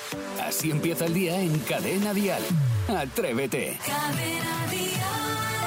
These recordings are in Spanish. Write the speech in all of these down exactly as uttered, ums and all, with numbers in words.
Así empieza el día en Cadena Dial. Atrévete. Cadena Dial.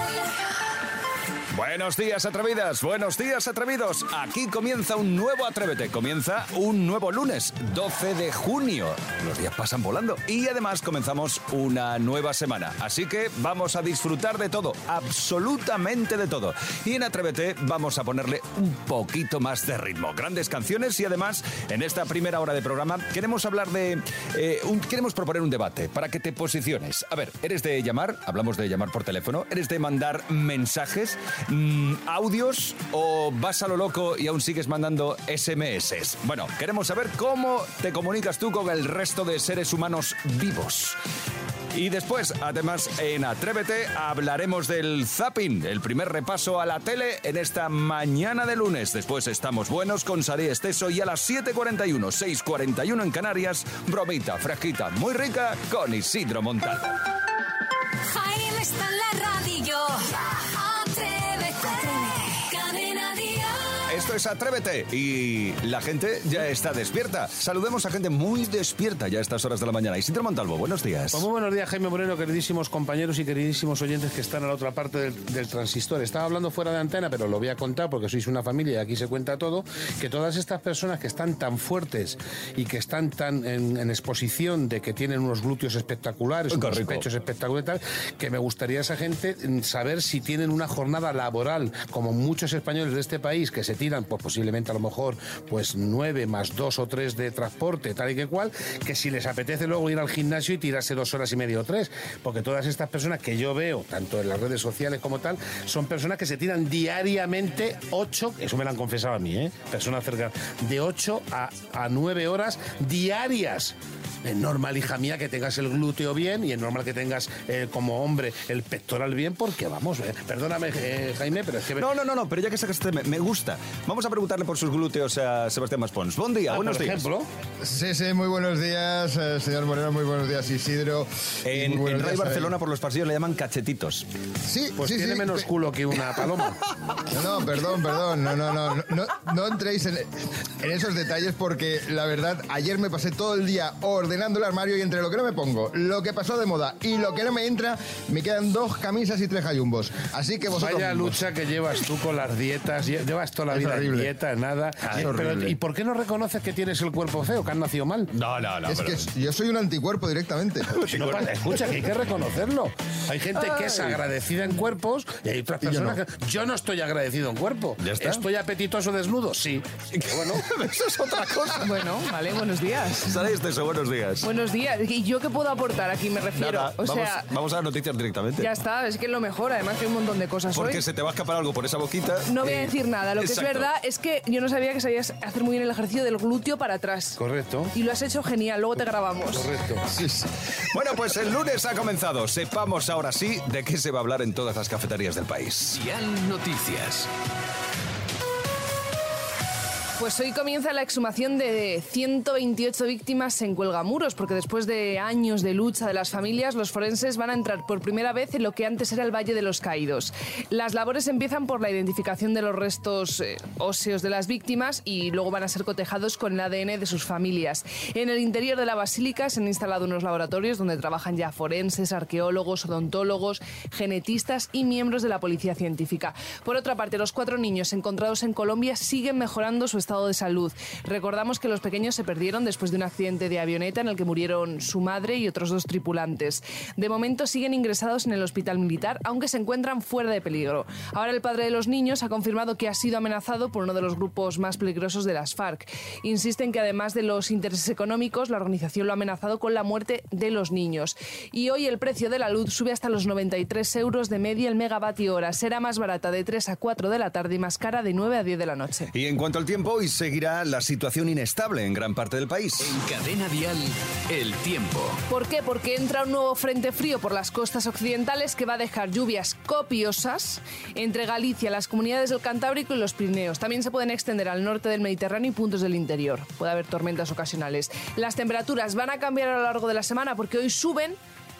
Buenos días, atrevidas. Buenos días, atrevidos. Aquí comienza un nuevo Atrévete. Comienza un nuevo lunes, doce de junio. Los días pasan volando. Y además comenzamos una nueva semana. Así que vamos a disfrutar de todo, absolutamente de todo. Y en Atrévete vamos a ponerle un poquito más de ritmo. Grandes canciones y además, en esta primera hora de programa, queremos hablar de... Eh, un, queremos proponer un debate para que te posiciones. A ver, ¿eres de llamar? Hablamos de llamar por teléfono. ¿Eres de mandar mensajes? Mm, ¿Audios o vas a lo loco y aún sigues mandando ese eme ese? Bueno, queremos saber cómo te comunicas tú con el resto de seres humanos vivos. Y después, además, en Atrévete hablaremos del zapping, el primer repaso a la tele en esta mañana de lunes. Después estamos buenos con Sari Esteso y a las siete cuarenta y uno, seis cuarenta y uno en Canarias, bromita fresquita, muy rica con Isidro Montal. Jaime está en la radio. Esto es Atrévete y la gente ya está despierta. Saludemos a gente muy despierta ya a estas horas de la mañana. Isidro Montalvo, buenos días. Pues muy buenos días, Jaime Moreno, queridísimos compañeros y queridísimos oyentes que están a la otra parte del, del transistor. Estaba hablando fuera de antena, pero lo voy a contar porque sois una familia y aquí se cuenta todo, que todas estas personas que están tan fuertes y que están tan en, en exposición de que tienen unos glúteos espectaculares, unos pechos espectaculares, tal, que me gustaría esa gente saber si tienen una jornada laboral, como muchos españoles de este país, que se tiran pues posiblemente a lo mejor pues nueve más dos o tres de transporte, tal y que cual, que si les apetece luego ir al gimnasio y tirarse dos horas y media o tres, porque todas estas personas que yo veo, tanto en las redes sociales como tal, son personas que se tiran diariamente ocho, eso me lo han confesado a mí, ¿eh? Personas cercanas, de ocho a, a nueve horas diarias. Es normal, hija mía, que tengas el glúteo bien y es normal que tengas, eh, como hombre, el pectoral bien, porque vamos, eh, perdóname, eh, Jaime, pero es que... No, no, no, no, pero ya que sacaste, me, me gusta. Vamos a preguntarle por sus glúteos a Sebastián Maspons. Buen día, ah, buenos por días. ejemplo. Sí, sí, muy buenos días, eh, señor Moreno, muy buenos días, Isidro. En, en Ray Barcelona, por los pasillos, le llaman cachetitos. Sí, pues sí, tiene sí, menos pe- culo que una paloma. No, no, perdón, perdón, no, no, no, no, no, no entréis en, en esos detalles porque la verdad, ayer me pasé todo el día ordenando el armario y entre lo que no me pongo, lo que pasó de moda y lo que no me entra, me quedan dos camisas y tres gallumbos. Así que vosotros... Vaya mismos. lucha que llevas tú con las dietas, lle- llevas toda la Es vida en horrible. dieta, nada. Ah, es Pero, horrible. ¿y por qué no reconoces que tienes el cuerpo feo, que has nacido mal? No, no, no. Es pero- que yo soy un anticuerpo directamente. No pasa, escucha, que hay que reconocerlo. Hay gente que es agradecida en cuerpos y hay otras Y yo personas no. que... Yo no estoy agradecido en cuerpo. ¿Ya está? ¿Estoy apetitoso desnudo? Sí. Bueno, Eso es otra cosa. Bueno, vale, buenos días. Sari Esteso, buenos días. Buenos días. ¿Y yo qué puedo aportar aquí? Me refiero. Nada, o vamos, sea, vamos a las noticias directamente. ya está, es que es lo mejor. Además, que hay un montón de cosas Porque hoy. se te va a escapar algo por esa boquita. No voy a Eh, decir nada. Lo que exacto. es verdad es que yo no sabía que sabías hacer muy bien el ejercicio del glúteo para atrás. correcto. Y lo has hecho genial. Luego te grabamos. Correcto. Sí, sí. Bueno, pues el lunes ha comenzado. Sepamos ahora sí de qué se va a hablar en todas las cafeterías del país. Dial Noticias. Pues hoy comienza la exhumación de ciento veintiocho víctimas en Cuelgamuros, porque después de años de lucha de las familias, los forenses van a entrar por primera vez en lo que antes era el Valle de los Caídos. Las labores empiezan por la identificación de los restos eh, óseos de las víctimas y luego van a ser cotejados con el A D N de sus familias. En el interior de la basílica se han instalado unos laboratorios donde trabajan ya forenses, arqueólogos, odontólogos, genetistas y miembros de la policía científica. Por otra parte, los cuatro niños encontrados en Colombia siguen mejorando su estado de salud. Recordamos que los pequeños se perdieron después de un accidente de avioneta en el que murieron su madre y otros dos tripulantes. De momento siguen ingresados en el hospital militar, aunque se encuentran fuera de peligro. Ahora el padre de los niños ha confirmado que ha sido amenazado por uno de los grupos más peligrosos de las FARC. Insisten que además de los intereses económicos, la organización lo ha amenazado con la muerte de los niños. Y hoy el precio de la luz sube hasta los noventa y tres euros de media el megavatio hora. Será más barata de tres a cuatro de la tarde y más cara de nueve a diez de la noche. Y en cuanto al tiempo, hoy seguirá la situación inestable en gran parte del país. En Cadena Dial, el tiempo. ¿Por qué? Porque entra un nuevo frente frío por las costas occidentales que va a dejar lluvias copiosas entre Galicia, las comunidades del Cantábrico y los Pirineos. También se pueden extender al norte del Mediterráneo y puntos del interior. Puede haber tormentas ocasionales. Las temperaturas van a cambiar a lo largo de la semana porque hoy suben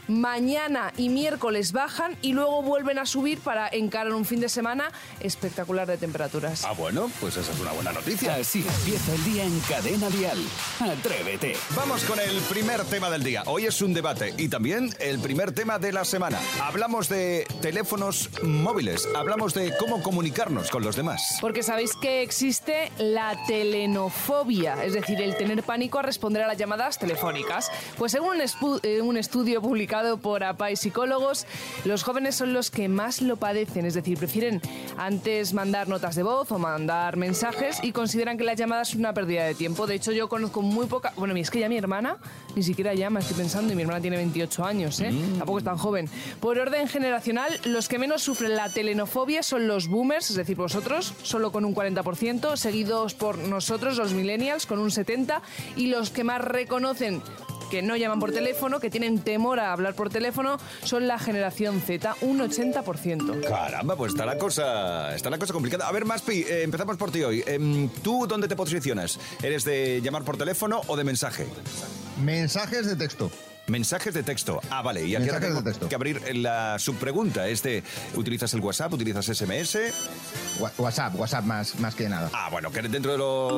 Mañana y miércoles bajan y luego vuelven a subir para encarar un fin de semana espectacular de temperaturas. Ah, bueno, pues esa es una buena noticia. Así empieza el día en Cadena Dial. Atrévete. Vamos con el primer tema del día. Hoy es un debate y también el primer tema de la semana. Hablamos de teléfonos móviles, hablamos de cómo comunicarnos con los demás. Porque sabéis que existe la telenofobia, es decir, el tener pánico a responder a las llamadas telefónicas. Pues según un, espu- eh, un estudio publicado por A P A y psicólogos, los jóvenes son los que más lo padecen, es decir, prefieren antes mandar notas de voz o mandar mensajes y consideran que las llamadas son una pérdida de tiempo. De hecho, yo conozco muy poca... Bueno, es que ya mi hermana ni siquiera llama, estoy pensando, y mi hermana tiene veintiocho años, ¿eh? Mm. Tampoco es tan joven. Por orden generacional, los que menos sufren la telenofobia son los boomers, es decir, vosotros, solo con un cuarenta por ciento, seguidos por nosotros, los millennials, con un setenta por ciento, y los que más reconocen que no llaman por teléfono, que tienen temor a hablar por teléfono, son la generación Z, un ochenta por ciento. Caramba, pues está la cosa, está la cosa complicada. A ver, Maspi, eh, empezamos por ti hoy. Eh, ¿Tú dónde te posicionas? ¿Eres de llamar por teléfono o de mensaje? Mensajes de texto. Mensajes de texto. Ah, vale. Y aquí ahora tengo que abrir la subpregunta. Es de, ¿utilizas el WhatsApp? ¿Utilizas S M S? WhatsApp, WhatsApp más, más que nada. Ah, bueno, que eres dentro de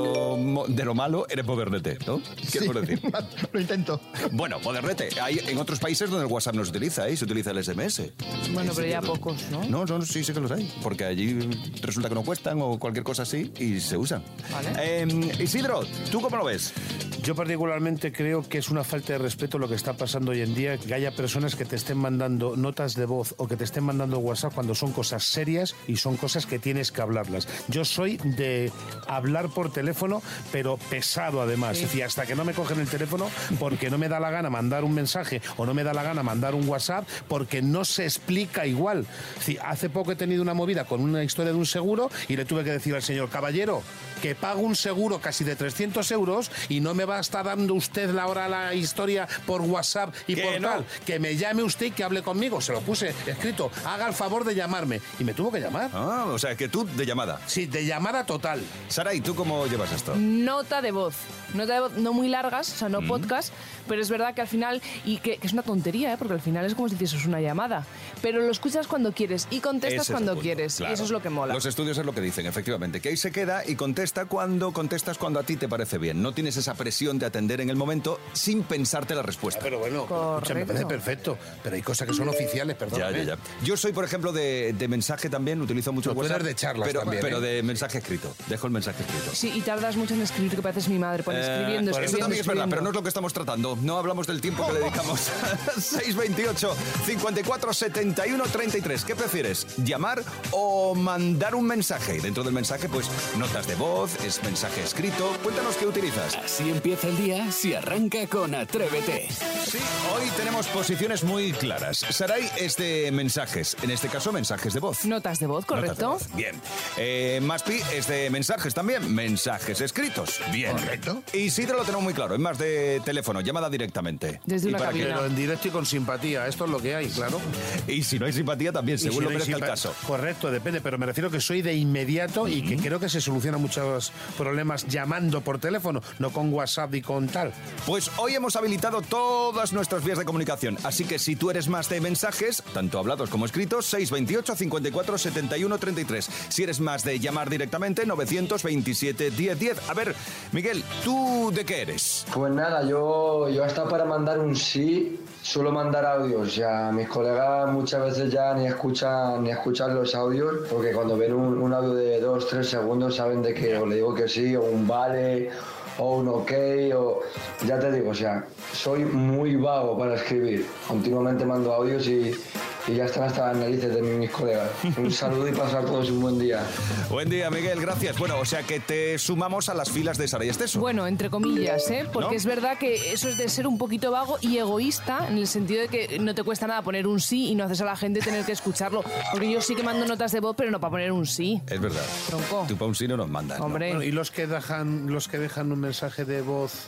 lo, de lo malo, eres modernete, ¿no? ¿Qué sí, decir? Lo intento. Bueno, modernete. Hay en otros países donde el WhatsApp no se utiliza, ¿eh? Se utiliza el S M S. Bueno, pero ya pocos, ¿no? No, no, sí, sí que los hay. Porque allí resulta que no cuestan o cualquier cosa así y se usan. Vale. Eh, Isidro, ¿tú cómo lo ves? Yo particularmente creo que es una falta de respeto lo que está pasando hoy en día, que haya personas que te estén mandando notas de voz o que te estén mandando WhatsApp cuando son cosas serias y son cosas que tienes que hablarlas. Yo soy de hablar por teléfono, pero pesado además. Sí. Es decir, hasta que no me cogen el teléfono porque no me da la gana mandar un mensaje o no me da la gana mandar un WhatsApp porque no se explica igual. Es decir, hace poco he tenido una movida con una historia de un seguro y le tuve que decir al señor, caballero, que pago un seguro casi de trescientos euros y no me va a estar dando usted la hora la historia por WhatsApp y por no? tal. Que me llame usted y que hable conmigo. Se lo puse escrito, haga el favor de llamarme. Y me tuvo que llamar. Ah, o sea, que tú de llamada. Sí, de llamada total. Sara, ¿y tú cómo llevas esto? Nota de voz. Nota de voz no muy largas, o sea, no mm. podcast, pero es verdad que al final, y que, que es una tontería, ¿eh? Porque al final es como si hicieses una llamada. Pero lo escuchas cuando quieres y contestas cuando punto, quieres. Claro. Y eso es lo que mola. Los estudios es lo que dicen, efectivamente, que ahí se queda y contesta cuando contestas cuando a ti te parece bien. No tienes esa presión de atender en el momento sin pensarte la respuesta. Ah, pero bueno, escucha, me parece perfecto. Pero hay cosas que son oficiales, perdón. Ya, ya, ya. Yo soy, por ejemplo, de, de mensaje también, utilizo mucho el WhatsApp. de charlas pero, también, pero ¿eh? de mensaje escrito. Dejo el mensaje escrito. Sí, y tardas mucho en escribir, que pareces mi madre. Pones escribiendo, eh, escribiendo, Eso también escribiendo. es verdad, pero no es lo que estamos tratando. No hablamos del tiempo que le dedicamos. seis veintiocho, cincuenta y cuatro, setenta y uno, treinta y tres. ¿Qué prefieres? ¿Llamar o mandar un mensaje? Dentro del mensaje, pues, notas de voz, es mensaje escrito. Cuéntanos qué utilizas. Así empieza el día si arranca con Atrévete. Sí, hoy tenemos posiciones muy claras. Saray es de mensajes, en este caso mensajes de voz. Notas de voz, correcto. De voz. Bien. Eh, Maspi es de mensajes también, mensajes escritos. Bien. Correcto. Y Isidro lo tenemos muy claro, es más de teléfono, llamada directamente. Desde una para cabina. Pero en directo y con simpatía, esto es lo que hay, claro. Y si no hay simpatía también, según si lo no merezca el simpa- caso. Correcto, depende, pero me refiero que soy de inmediato y que creo que se solucionan muchos problemas llamando por teléfono, no con WhatsApp y con tal. Pues hoy hemos habilitado todas nuestras vías de comunicación, así que si tú eres más de mensajes, tanto hablados como escritos, seis veintiocho, cincuenta y cuatro, setenta y uno, treinta y tres. Si eres más de llamar directamente, novecientos veintisiete, diez diez. A ver, Miguel, ¿tú de qué eres? Pues nada, yo, yo hasta para mandar un sí suelo mandar audios. Ya mis colegas muchas veces ya ni escuchan ni escuchan los audios, porque cuando ven un, un audio de dos, tres segundos saben de que o le digo que sí, o un vale, o un ok, o ya te digo, o sea, soy muy vago para escribir. Continuamente mando audios y, y ya están hasta las narices de mí, mis colegas. Un saludo y pasar todos un buen día. Buen día, Miguel, gracias. Bueno, o sea que te sumamos a las filas de Sara y Esteso. Bueno, entre comillas, ¿eh? Porque ¿No? es verdad que eso es de ser un poquito vago y egoísta, en el sentido de que no te cuesta nada poner un sí y no haces a la gente tener que escucharlo. Porque yo sí que mando notas de voz, pero no para poner un sí. Es verdad. Tronco. Tú para un sí no nos mandas, ¿no? Hombre. Bueno, y los que dejan, los que dejan un mensaje de voz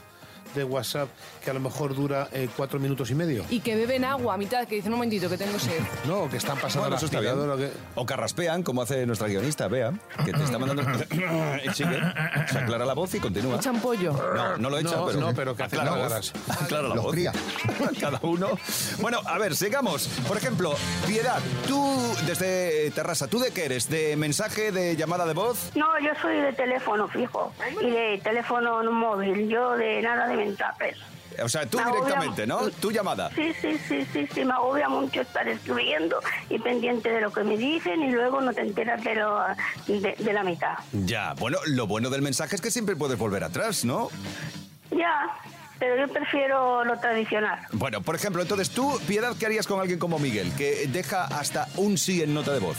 de WhatsApp que a lo mejor dura eh, cuatro minutos y medio. Y que beben agua a mitad, que dicen un momentito, que tengo sed. No, que están pasando Bueno, la eso está bien. aspiradora, que... O carraspean, como hace nuestra guionista, Bea, que te está mandando... y sigue, se aclara la voz y continúa. Echan pollo. No, no lo echa, No, pero... no, pero que hace aclara la lágaras. voz. Aclara la Lo voz. fría. Cada uno. Bueno, a ver, sigamos. Por ejemplo, Piedad, tú desde Terrassa, ¿tú de qué eres? ¿De mensaje, de llamada de voz? No, yo soy de teléfono fijo y de teléfono móvil, yo de nada de mensajes. O sea, tú Me agobia- directamente, ¿no? Tu llamada. Sí, sí, sí, sí, sí, me agobia mucho estar escribiendo y pendiente de lo que me dicen y luego no te enteras de, lo, de, de la mitad. Ya, bueno, lo bueno del mensaje es que siempre puedes volver atrás, ¿no? Ya, pero yo prefiero lo tradicional. Bueno, por ejemplo, entonces tú, Piedad, ¿qué harías con alguien como Miguel, que deja hasta un sí en nota de voz?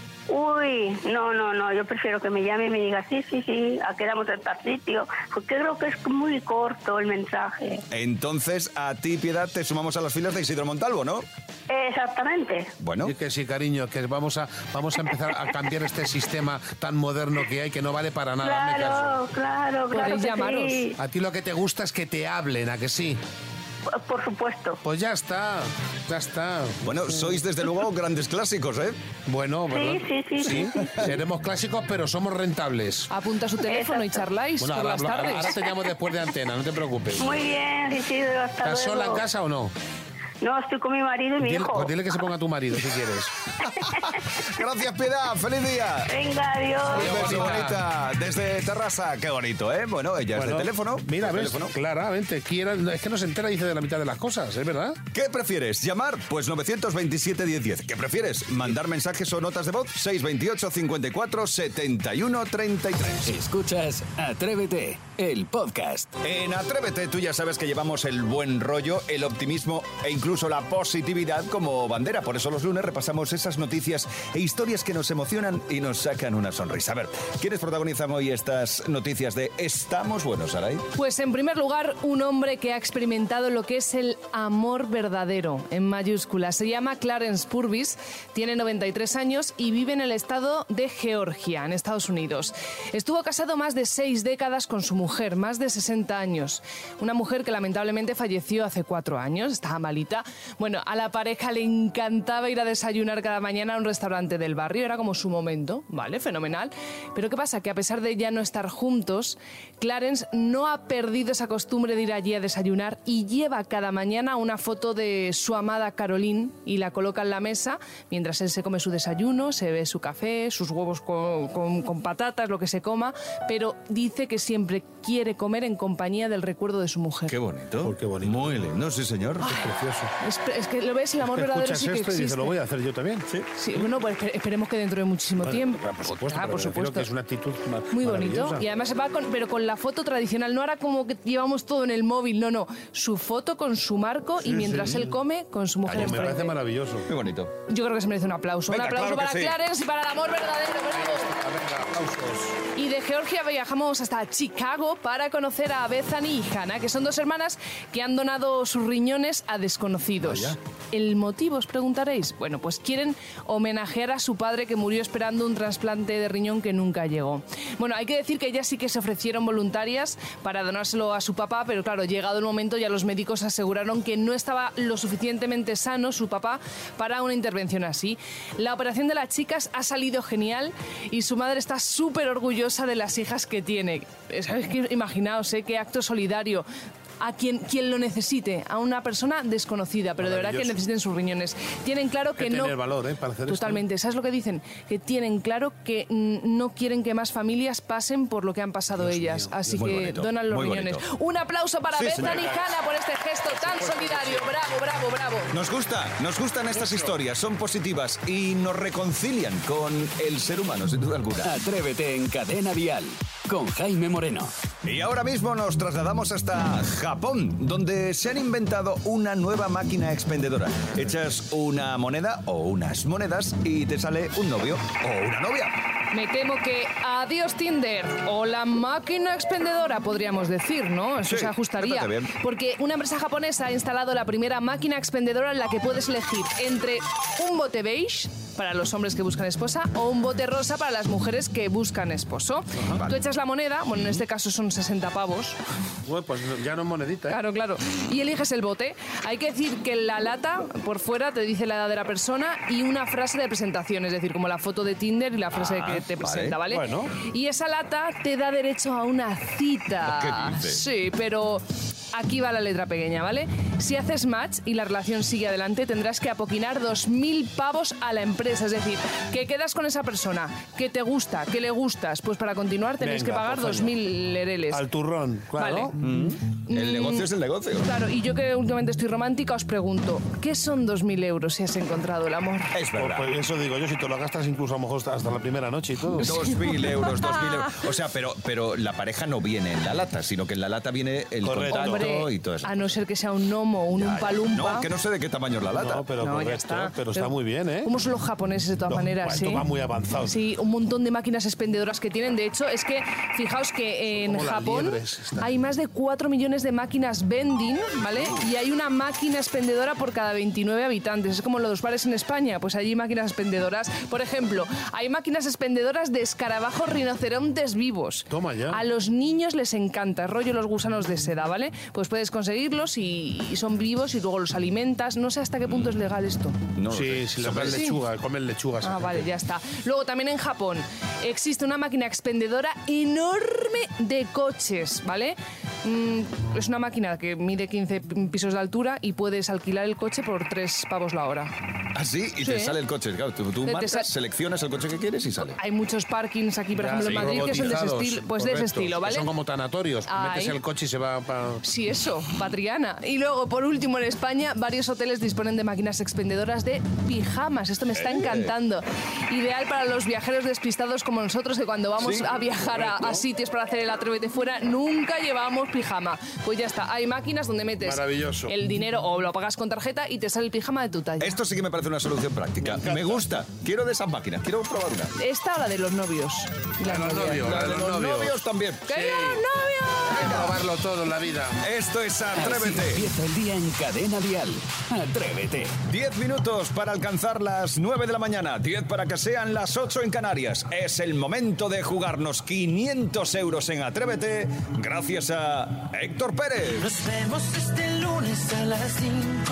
Uy, no, no, no, yo prefiero que me llame y me diga, sí, sí, sí, quedamos en tal sitio, porque creo que es muy corto el mensaje. Entonces, a ti, Piedad, te sumamos a las filas de Isidro Montalvo, ¿no? Exactamente. Bueno, Y que sí, cariño, que vamos a, vamos a empezar a cambiar este sistema tan moderno que hay, que no vale para nada. hazme caso. Claro, claro, claro Podéis que llamaros. sí. A ti lo que te gusta es que te hablen, ¿a que sí? Por- Por supuesto. Pues ya está, ya está. bueno, sois desde luego grandes clásicos, ¿eh? Bueno, ¿verdad? Sí, sí, sí, sí. Seremos clásicos, pero somos rentables. Apunta su teléfono y Exacto. charláis Bueno, por ahora, las ahora- tardes. ahora te llamo después de antena, no te preocupes. Muy bien, Isidro, hasta ¿Estás sola en luego. casa o no? No, estoy con mi marido y mi Dile, hijo. pues dile que se ponga tu marido si quieres. Gracias, Piedad. ¡Feliz día! Venga, adiós. Un beso, bonita. bonita. Desde Terrassa. Qué bonito, ¿eh? Bueno, ella es Bueno, de teléfono. Mira, de ves, teléfono. claramente. Quiera, es que no se entera y dice de la mitad de las cosas, ¿es verdad? ¿Qué prefieres? ¿Llamar? Pues nueve dos siete, diez diez. ¿Qué prefieres? ¿Mandar mensajes o notas de voz? seis dos ocho, cincuenta y cuatro, setenta y uno, treinta y tres. Escuchas Atrévete, el podcast. En Atrévete tú ya sabes que llevamos el buen rollo, el optimismo e incluso la positividad como bandera. Por eso los lunes repasamos esas noticias e historias que nos emocionan y nos sacan una sonrisa. A ver, ¿quiénes protagonizan hoy estas noticias de Estamos Buenos, Saray? Pues en primer lugar, un hombre que ha experimentado lo que es el amor verdadero, en mayúsculas. Se llama Clarence Purvis, tiene noventa y tres años y vive en el estado de Georgia, en Estados Unidos. Estuvo casado más de seis décadas con su mujer, más de sesenta años. Una mujer que lamentablemente falleció hace cuatro años, estaba malita. Bueno, a la pareja le encantaba ir a desayunar cada mañana a un restaurante del barrio, era como su momento, ¿vale? Fenomenal. Pero ¿qué pasa? Que a pesar de ya no estar juntos, Clarence no ha perdido esa costumbre de ir allí a desayunar y lleva cada mañana una foto de su amada Caroline y la coloca en la mesa mientras él se come su desayuno, se bebe su café, sus huevos con, con- con patatas, lo que se coma, pero dice que siempre quiere comer en compañía del recuerdo de su mujer. Qué bonito. Oh, qué bonito. Muy lindo, sí, señor. Precioso. Es, es que lo ves, el amor verdadero Escuchas sí que esto y existe. dices, lo voy a hacer yo también. Sí. Sí, bueno, pues espe- esperemos que dentro de muchísimo tiempo. Por supuesto, Ah, pero por me refiero supuesto. que es una actitud ma- Muy bonito. maravillosa. Y además va con, pero con la foto tradicional. No ahora como que llevamos todo en el móvil. No, no. Su foto con su marco y mientras él come con su mujer Ay, me parece enfrente. maravilloso. Muy bonito. Yo creo que se merece un aplauso. Venga, un aplauso claro que para sí. Clarence y para el amor verdadero. Y de Georgia viajamos hasta Chicago para conocer a Bethany y Hannah, que son dos hermanas que han donado sus riñones a desconocidos. Vaya. ¿El motivo, os preguntaréis? Bueno, pues quieren homenajear a su padre que murió esperando un trasplante de riñón que nunca llegó. Bueno, hay que decir que ellas sí que se ofrecieron voluntarias para donárselo a su papá, pero claro, llegado el momento ya los médicos aseguraron que no estaba lo suficientemente sano su papá para una intervención así. La operación de las chicas ha salido genial y su madre está súper orgullosa de las hijas que tiene. Es es que imaginaos, ¿eh? Qué acto solidario. A quien, quien lo necesite, a una persona desconocida, pero de verdad que Maravilloso. necesiten sus riñones. Tienen claro que Hay que no... tener valor, ¿eh? Para hacer esto. Totalmente. ¿Sabes lo que dicen? Que tienen claro que mm, no quieren que más familias pasen por lo que han pasado ellas. Así Muy que bonito, donan los muy riñones. bonito. Un aplauso para Sí, Bethany y señora. Hannah por este gesto tan solidario. Bravo, bravo, bravo. Nos gusta, nos gustan estas historias, son positivas y nos reconcilian con el ser humano, sin duda alguna. Atrévete en Cadena Dial con Jaime Moreno. Y ahora mismo nos trasladamos hasta Japón, donde se han inventado una nueva máquina expendedora. Echas una moneda o unas monedas y te sale un novio o una novia. Me temo que adiós Tinder o la máquina expendedora, podríamos decir, ¿no? Eso Sí, se ajustaría. me parece bien. Porque una empresa japonesa ha instalado la primera máquina expendedora en la que puedes elegir entre un bote beige, para los hombres que buscan esposa o un bote rosa para las mujeres que buscan esposo. Ajá. Tú echas la moneda, bueno, en este caso son sesenta pavos. Bueno, pues ya no es monedita, ¿eh? Claro, claro. Y eliges el bote. Hay que decir que la lata, por fuera, te dice la edad de la persona y una frase de presentación, es decir, como la foto de Tinder y la frase Ah, que te vale. presenta, ¿vale? Bueno. Y esa lata te da derecho a una cita. ¿Qué dices? Sí, pero aquí va la letra pequeña, ¿vale? Si haces match y la relación sigue adelante, tendrás que apoquinar dos mil pavos a la empresa. Es decir, que quedas con esa persona, que te gusta, que le gustas, pues para continuar tenéis Venga, que pagar pues, dos venga. mil lereles. Al turrón, claro. Vale. El negocio es el negocio. Claro, y yo que últimamente estoy romántica os pregunto, ¿qué son dos mil euros si has encontrado el amor? Es Pues, verdad. pues eso digo yo, si te lo gastas incluso a lo mejor hasta, hasta la primera noche y todo. Dos mil euros, dos mil euros. O sea, pero, pero la pareja no viene en la lata, sino que en la lata viene el Correcto. contacto Hombre, y todo eso. a no ser que sea un gnomo o un Ya, ya. umpalumpa. No, que no sé de qué tamaño es la lata. No, pero No, ya correcto, está. pero está muy bien, ¿eh? Como son los japoneses de todas No, maneras, esto ¿sí? va muy avanzado. Sí, un montón de máquinas expendedoras que tienen. De hecho, es que fijaos que en como las Japón liebres, están. hay más de cuatro millones de máquinas vending, ¿vale? Y hay una máquina expendedora por cada veintinueve habitantes. Es como los bares en España, pues allí hay máquinas expendedoras. Por ejemplo, hay máquinas expendedoras de escarabajos rinocerontes vivos. Toma ya. A los niños les encanta, rollo los gusanos de seda, ¿vale? Pues puedes conseguirlos y, y son vivos y luego los alimentas. No sé hasta qué punto es legal esto. No lo Sí, sé. si le Sobre- das lechuga, comen lechugas. Ah, vale, ya está. Luego también en Japón existe una máquina expendedora enorme de coches, ¿vale? Mm, es una máquina que mide quince pisos de altura y puedes alquilar el coche por tres pavos la hora. Ah, sí, y te Sí. sale el coche. Claro, tú, tú Te- te marcas, sa- seleccionas el coche que quieres y sale. Hay muchos parkings aquí, por Ya, ejemplo, sí, en Madrid, que son de ese robotizados, estilo, pues de ese correcto, estilo, que ¿vale? Son como tanatorios. Ay. Metes el coche y se va para... Sí, eso, Patriana. Y luego, por último, en España, varios hoteles disponen de máquinas expendedoras de pijamas. Esto me está encantando. Ideal para los viajeros despistados como nosotros, que cuando vamos Sí, a viajar a, a sitios para hacer el atrévete fuera, nunca llevamos pijama. Pues ya está, hay máquinas donde metes Maravilloso. el dinero o lo pagas con tarjeta y te sale el pijama de tu talla. Esto sí que me parece una solución práctica. Me, gusta. Quiero de esas máquinas. Quiero probar una. Esta o la de los novios. La los novia. novios. La de los novios también. ¡Que viva los novios! Hay que probarlo todo en la vida. Esto es Así Atrévete. empieza el día en Cadena Dial. Atrévete. Diez minutos para alcanzar las nueve de la mañana. Diez para que sean las ocho en Canarias. Es el momento de jugarnos quinientos euros en Atrévete gracias a Héctor Pérez. Nos vemos este lunes a las cinco.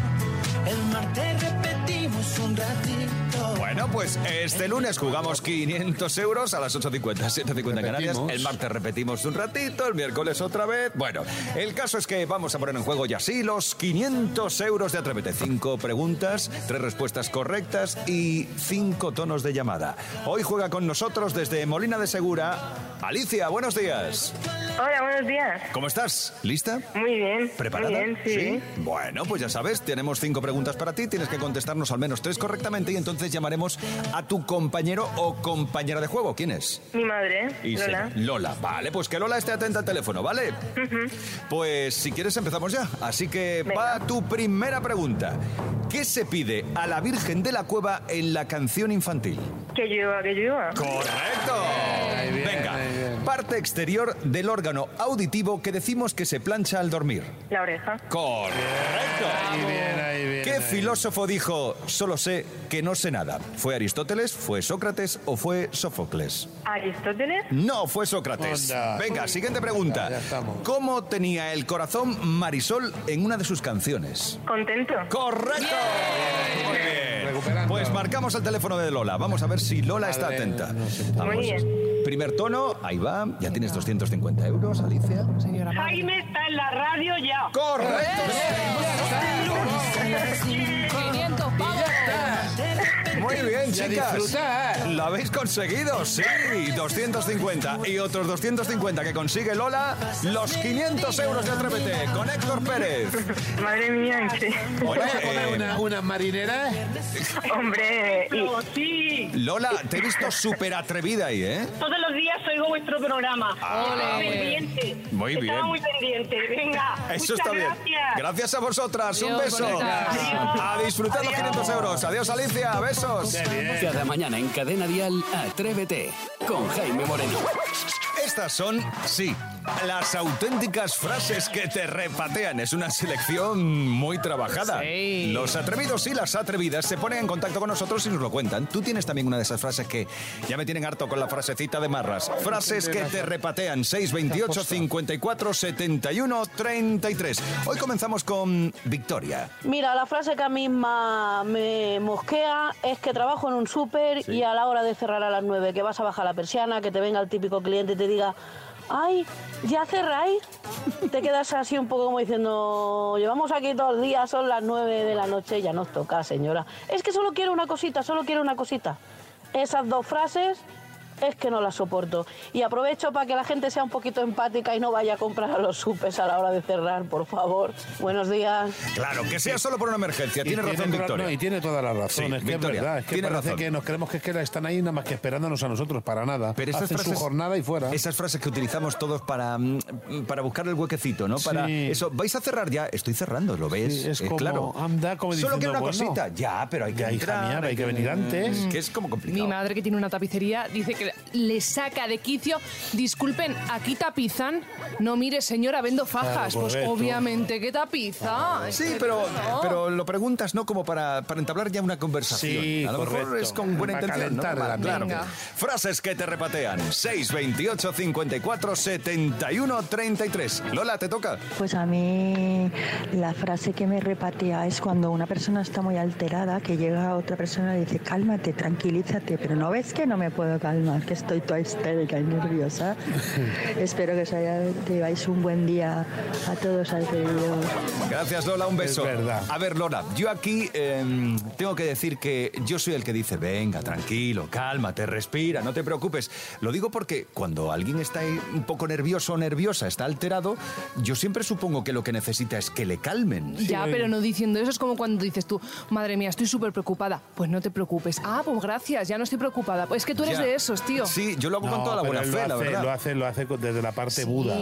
El martes repetimos un ratito. Bueno, pues este lunes jugamos quinientos euros a las ocho cincuenta, siete cincuenta en Canarias. Repetimos. El martes repetimos un ratito, el miércoles otra vez. Bueno, el caso es que vamos a poner en juego ya sí los quinientos euros de Atrévete. Cinco preguntas, tres respuestas correctas y cinco tonos de llamada. Hoy juega con nosotros desde Molina de Segura Alicia. Buenos días. Hola, buenos días. ¿Cómo estás? ¿Lista? Muy bien. ¿Preparada? Muy bien, sí. Bueno, pues ya sabes, tenemos cinco preguntas para ti, tienes que contestarnos al menos tres correctamente y entonces llamaremos a tu compañero o compañera de juego. ¿Quién es? Mi madre, Y Lola. se- Lola. Vale, pues que Lola esté atenta al teléfono, ¿vale? Pues si quieres empezamos ya. Así que Venga. va tu primera pregunta. ¿Qué se pide a la Virgen de la Cueva en la canción infantil? Que llueva, que llueva. ¡Correcto! Ahí viene, Venga, ahí viene. parte exterior del órgano auditivo que decimos que se plancha al dormir. La oreja. ¡Correcto! Ahí viene, ahí viene. ¿Qué ahí. filósofo dijo, solo sé que no sé nada? ¿Fue Aristóteles, fue Sócrates o fue Sófocles? Aristóteles. No, fue Sócrates. Onda. Venga, siguiente pregunta. Ya estamos. ¿Cómo tenía el corazón Marisol en una de sus canciones? Contento. ¡Correcto! Muy bien. Recuperando. Pues marcamos el teléfono de Lola. Vamos a ver si Lola está Madre, atenta. no sé. Vamos. Muy bien. Primer tono, ahí va. Ya tienes doscientos cincuenta euros, Alicia. Señora madre. Jaime está en la radio ya. ¡Correcto! quinientos pavos. Muy bien, Y a chicas. disfrutar. Lo habéis conseguido, sí. doscientos cincuenta y otros doscientos cincuenta que consigue Lola. Los quinientos euros de Atrévete con Héctor Pérez. Madre mía, ¿en qué? Oye, ¿Vas a poner eh, una, una marinera? Hombre, y Sí, Lola, te he visto súper atrevida ahí, ¿eh? todos los días oigo vuestro programa. Ah, Estoy pendiente. muy bien. Estaba muy pendiente. Venga. Eso muchas está bien. gracias. Gracias a vosotras. Un Adiós, beso. bonitas. A disfrutar los quinientos euros. Adiós, Alicia. Besos. Cada mañana en Cadena Dial, Atrévete con Jaime Moreno. Estas son, sí, Las auténticas frases que te repatean. Es una selección muy trabajada. Sí. Los atrevidos y las atrevidas se ponen en contacto con nosotros y nos lo cuentan. Tú tienes también una de esas frases que ya me tienen harto con la frasecita de Marras. Frases que te repatean. seis veintiocho, cincuenta y cuatro, setenta y uno, treinta y tres. Hoy comenzamos con Victoria. Mira, la frase que a mí más me mosquea es que trabajo en un súper y a la hora de cerrar a las nueve, que vas a bajar la persiana, que te venga el típico cliente y te diga: ay, ¿ya cerráis? Te quedas así un poco como diciendo: llevamos aquí todo el día, son las nueve de la noche, ya nos toca, señora. Es que solo quiero una cosita, solo quiero una cosita. Esas dos frases es que no las soporto. Y aprovecho para que la gente sea un poquito empática y no vaya a comprar a los supers a la hora de cerrar, por favor. Buenos días. Claro, que sea solo por una emergencia. Tiene razón, toda, Victoria. No, y tiene toda la razón. Sí, es que Victoria, es verdad. Es que tiene parece razón. que nos creemos que es que están ahí nada más que esperándonos a nosotros para nada. Pero esas Hacen frases, su jornada y fuera. Esas frases que utilizamos todos para, mm, para buscar el huequecito, ¿no? Para Sí. eso. ¿Vais a cerrar ya? Estoy cerrando, ¿lo ves? Sí, es Eh, como, claro. anda como Solo diciendo, quiero una bueno, cosita. Ya, pero hay que ya, hija entrar, mía, hay que venir antes. Es que es como complicado. Mi madre, que tiene una tapicería, dice que le saca de quicio. Disculpen, ¿aquí tapizan? No, mire, señora, vendo fajas. Claro, pues correcto. obviamente que tapiza. Es Sí, que pero, no. pero lo preguntas, ¿no? Como para, para entablar ya una conversación. Sí, a lo mejor correcto. es con buena Para intención, ¿no? calentar el ambiente. Claro. Venga. Frases que te repatean. seis veintiocho, cincuenta y cuatro, setenta y uno, treinta y tres. Lola, ¿te toca? Pues a mí la frase que me repatea es cuando una persona está muy alterada, que llega otra persona y dice: cálmate, tranquilízate, pero ¿no ves que no me puedo calmar, que estoy toda histérica y nerviosa? Espero que os haya, tengáis un buen día a todos alrededor. Gracias, Lola, un beso. Es verdad. A ver, Lola, yo aquí eh, tengo que decir que yo soy el que dice: venga, tranquilo, cálmate, respira, no te preocupes. Lo digo porque cuando alguien está ahí un poco nervioso o nerviosa, está alterado, yo siempre supongo que lo que necesita es que le calmen. Ya, pero no diciendo eso. Es como cuando dices tú: madre mía, estoy súper preocupada. Pues no te preocupes. Ah, pues gracias, ya no estoy preocupada. Pues es que tú eres Ya. de esos, tío. Sí, yo lo hago con No, toda la pero buena él fe, lo la hace, verdad. Lo hace, lo hace desde la parte Sí. Buda.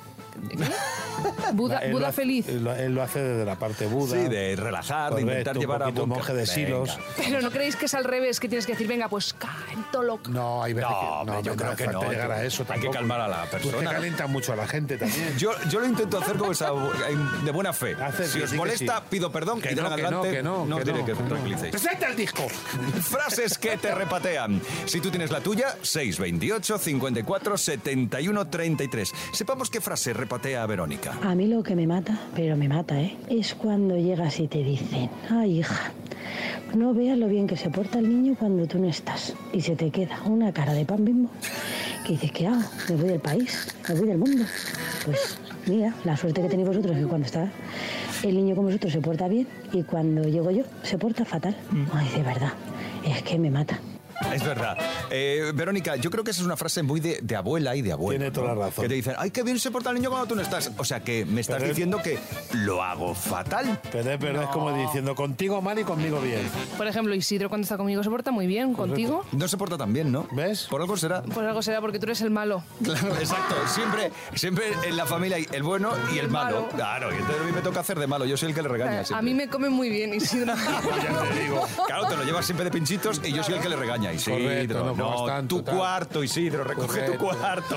Buda, Él lo Buda hace- feliz. Él lo, él lo hace desde la parte Buda. Sí, de relajar, de Correcto, intentar un llevar a poquito boca. monje de Venga. Silos. Pero ¿no creéis que es al revés? Que tienes que decir: venga, pues canto loco. No, hay veces No, que hombre, no, yo no creo hace que falta no. llegar a eso. Hay que tampoco. calmar a la Tú es que persona. calientas mucho a la gente también. Yo, yo lo intento hacer con esa, de buena fe. Hace si que os sí, que molesta, sí. pido perdón Que y de no, ahora en que no, adelante que no, os que diré no, que que os no. tranquilicéis. ¡Presenta el disco! Frases que te repatean. Si tú tienes la tuya, seis veintiocho, cincuenta y cuatro, setenta y uno, treinta y tres. Sepamos qué frase repatea a Verónica. A mí lo que me mata, pero me mata, ¿eh? Es cuando llegas y te dicen: ay, hija, no veas lo bien que se porta el niño cuando tú no estás. Y se te queda una cara de pan Bimbo que dices: ¿qué hago? Me voy del país, me voy del mundo. Pues mira, la suerte que tenéis vosotros es que cuando está el niño con vosotros se porta bien y cuando llego yo se porta fatal. Ay, de verdad, es que me mata. Es verdad. Eh, Verónica, yo creo que esa es una frase muy de, de abuela y de abuelo. Tiene toda ¿no? la razón. Que te dicen: ay, qué bien se porta el niño cuando tú no estás. O sea, que me estás Pero es- diciendo que lo hago fatal. Pero es verdad, es como diciendo contigo mal y conmigo bien. Por ejemplo, Isidro, cuando está conmigo, se porta muy bien. Contigo, No se porta tan bien, ¿no? ¿Ves? Por algo será. pues algo será porque tú eres el malo. Claro, exacto. Siempre, siempre en la familia hay el bueno y el, El malo. malo. Claro, y entonces a mí me toca hacer de malo. Yo soy el que le regaña A siempre. mí me come muy bien, Isidro. Ya te digo. Claro, te lo llevas siempre de pinchitos y yo soy el que le regaña. Isidro, Correcto, no comas no, tanto, tu tal. cuarto, Isidro, recoge tu Correcto. cuarto.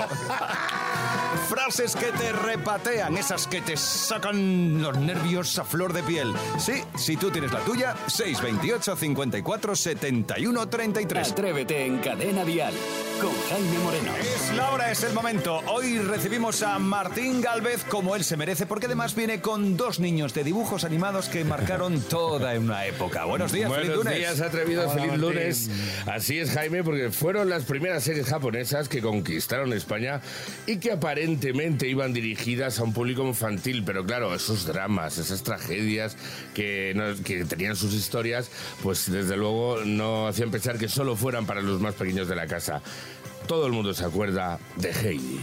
Frases que te repatean, esas que te sacan los nervios a flor de piel. Sí, si tú tienes la tuya, seis veintiocho, cincuenta y cuatro, setenta y uno, treinta y tres. Atrévete en Cadena Dial con Jaime Moreno. Es la hora, es el momento. Hoy recibimos a Martín Gálvez como él se merece, porque además viene con dos niños de dibujos animados que marcaron toda una época. Buenos días, feliz Buenos lunes. días, atrevidos, Hola, feliz Martín. lunes. Así es, Jaime, porque fueron las primeras series japonesas que conquistaron España y que aparentemente iban dirigidas a un público infantil, pero claro, esos dramas, esas tragedias que, no- que tenían sus historias, pues desde luego no hacían pensar que solo fueran para los más pequeños de la casa. Todo el mundo se acuerda de Heidi.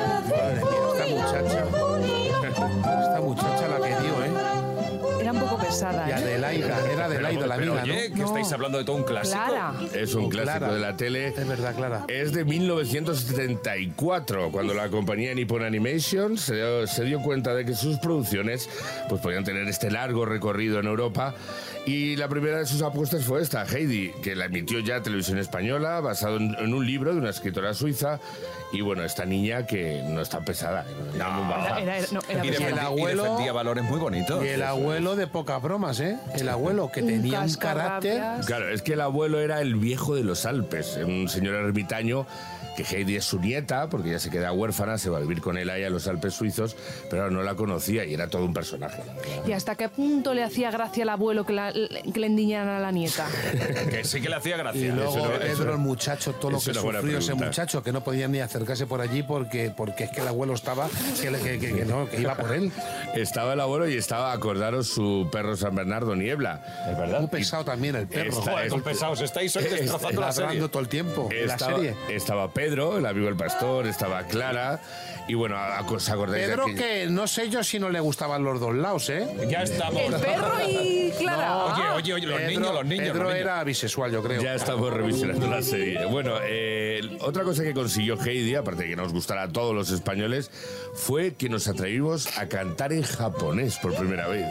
Madre mía, esta muchacha. Esta muchacha la que dio, ¿eh? Era un poco pesado. pasada. Y ¿eh? Adelaida, era Adelaida la Pero, amiga, oye, ¿no? que No. estáis hablando de todo un clásico. Clara. Es un Oh, clásico Clara. de la tele. Es verdad, Clara. Es de mil novecientos setenta y cuatro, cuando la compañía Nippon Animation se dio, se dio cuenta de que sus producciones pues, podían tener este largo recorrido en Europa. Y la primera de sus apuestas fue esta, Heidi, que la emitió ya Televisión Española, basado en, en un libro de una escritora suiza. Y bueno, esta niña que no es tan pesada. Era muy baja. Era, era- no, era Y, pesada. defendi- el abuelo- y defendía valores muy bonitos. Y el abuelo de pocas bromas, ¿eh? El abuelo que Un tenía un carácter. cascarrabias. Claro, es que el abuelo era el viejo de los Alpes, un señor ermitaño, que Heidi es su nieta, porque ya se queda huérfana, se va a vivir con él ahí a los Alpes suizos, pero no la conocía y era todo un personaje. ¿Y hasta qué punto le hacía gracia al abuelo que, la- que le endiñaran a la nieta? Que sí que le hacía Y gracia. luego Eso no- Pedro, eso- el muchacho, todo lo es que una buena sufrió ese pregunta. muchacho, que no podía ni acercarse por allí porque, porque es que el abuelo estaba, que, le- que- que- que no, que iba por él. Estaba el abuelo y estaba, acordaros, su perro San Bernardo Niebla. Es verdad. Muy pesado también el perro. Esta- Joder, con pesados estáis hoy destrozando la serie. Ladrando todo el tiempo. en la Estaba, serie. estaba Pedro, el amigo del pastor, estaba Clara, y bueno, a- a- ¿os acordáis de Pedro, aquello? que no sé yo si no le gustaban los dos lados, ¿eh? Ya estamos. El perro y Clara. No, Oye, oye, oye, los Pedro- niños, los niños. Pedro los niños. era bisexual, yo creo. Ya estamos revisionando la serie. Bueno, eh, otra cosa que consiguió Heidi, aparte de que nos gustara a todos los españoles, fue que nos atrevimos a cantar en japonés por primera vez.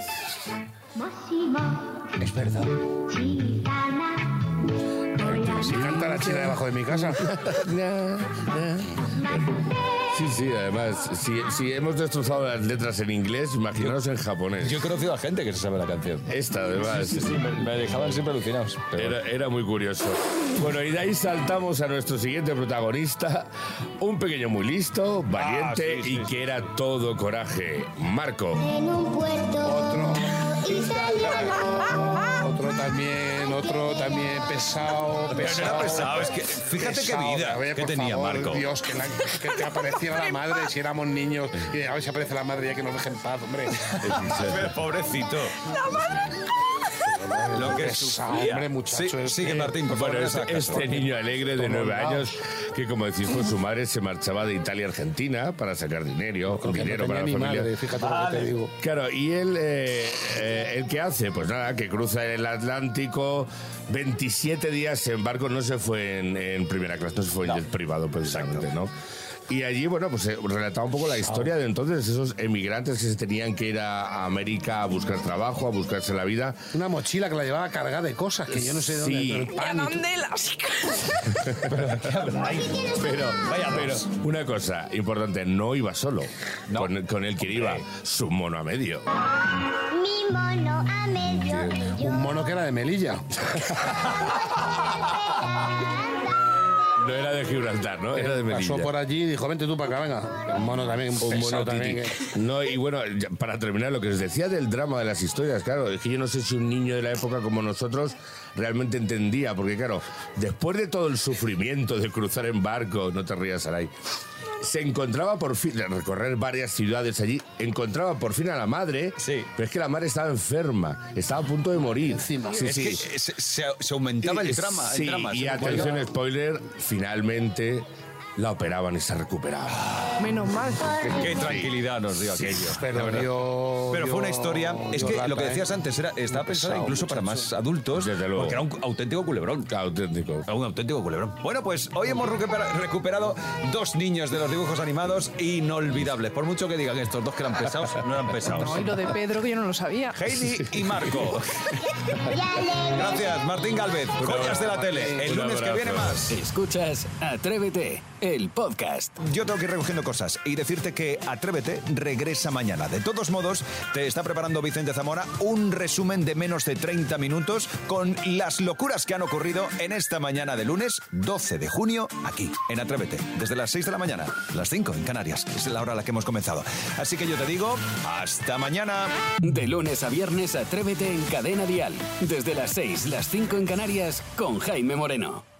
Es verdad. Si canta la china debajo de mi casa. Sí, sí, además, si, si hemos destrozado las letras en inglés, imaginaos en japonés. Yo he conocido a gente que se sabe la canción. Esta, además. Sí, sí, me, me dejaban siempre alucinados. Pero Era, era muy curioso. Bueno, y de ahí saltamos a nuestro siguiente protagonista, un pequeño muy listo, valiente Ah, sí, sí, y sí. que era todo coraje, Marco. En un puerto italiano. Otro también, otro también pesado, no pesado. era pesado, es que fíjate qué pesado. vida A ver, que por tenía favor, Marco. Dios, que, la- que te apareciera la madre si éramos niños. Y a ver si aparece la madre ya que nos deje en paz, hombre. Pero pobrecito. Lo que Pesado, sufría. hombre, muchacho, Sí, este. sigue, Martín, por favor. Bueno, no hagas este, caso. este niño alegre de nueve años, que como decís, pues su madre se marchaba de Italia a Argentina para sacar dinero, Porque no dinero tenía para la ni familia. madre, fíjate lo que te digo. Claro, y él, eh, eh, ¿el qué hace? Pues nada, que cruza el Atlántico, veintisiete días en barco, no se fue en, en primera clase, no se fue en jet privado precisamente, ¿no? Y allí, bueno, pues eh, relataba un poco la historia de entonces, esos emigrantes que se tenían que ir a a América a buscar trabajo, a buscarse la vida. Una mochila que la llevaba cargada de cosas que yo no sé de dónde. Sí. pero el pan y todo. ¿Dónde las Pero, pero una cosa importante, no iba solo. Con, con él que iba su mono a medio. Mi mono a medio y yo. Un mono que era de Melilla. No era de Gibraltar, ¿no? Era de Melilla. Pasó por allí y dijo, vente tú para acá, venga. Un mono también, un Un pesado mono también. titi. que- No, y bueno, ya para terminar, lo que os decía del drama de las historias, claro, es que yo no sé si un niño de la época como nosotros realmente entendía, porque claro, después de todo el sufrimiento de cruzar en barco, no te rías, Saray, se encontraba por fin, de recorrer varias ciudades allí, encontraba por fin a la madre, Sí. pero es que la madre estaba enferma, estaba a punto de morir. Encima. Sí, Es sí. que se, se- se aumentaba el drama. Sí, el drama y se- atención, spoiler, finalmente la operaban y se recuperaba. Menos mal. Qué tranquilidad nos dio aquello. Pero la verdad. dio- Pero fue una dio- historia. Es dio que lata, lo que ¿eh? decías antes era, estaba pensada pesado, incluso para muchacho. más adultos. Desde luego. Porque era un auténtico culebrón. Auténtico. Un auténtico culebrón. Bueno, pues hoy hemos recupera- recuperado dos niños de los dibujos animados inolvidables. Por mucho que digan estos dos que eran pesados, no eran pesados. No, y lo de Pedro, que yo no lo sabía. Heidi y Marco. Gracias, Martín Galvez. Joyas de la tele. El Un lunes que abrazo. viene más. Escuchas Atrévete, el podcast. Yo tengo que ir recogiendo cosas y decirte que Atrévete regresa mañana. De todos modos, te está preparando Vicente Zamora un resumen de menos de treinta minutos con las locuras que han ocurrido en esta mañana de lunes doce de junio aquí en Atrévete. Desde las seis de la mañana, las cinco en Canarias, que es la hora a la que hemos comenzado. Así que yo te digo, hasta mañana. De lunes a viernes, Atrévete en Cadena Dial. Desde las seis, las cinco en Canarias, con Jaime Moreno.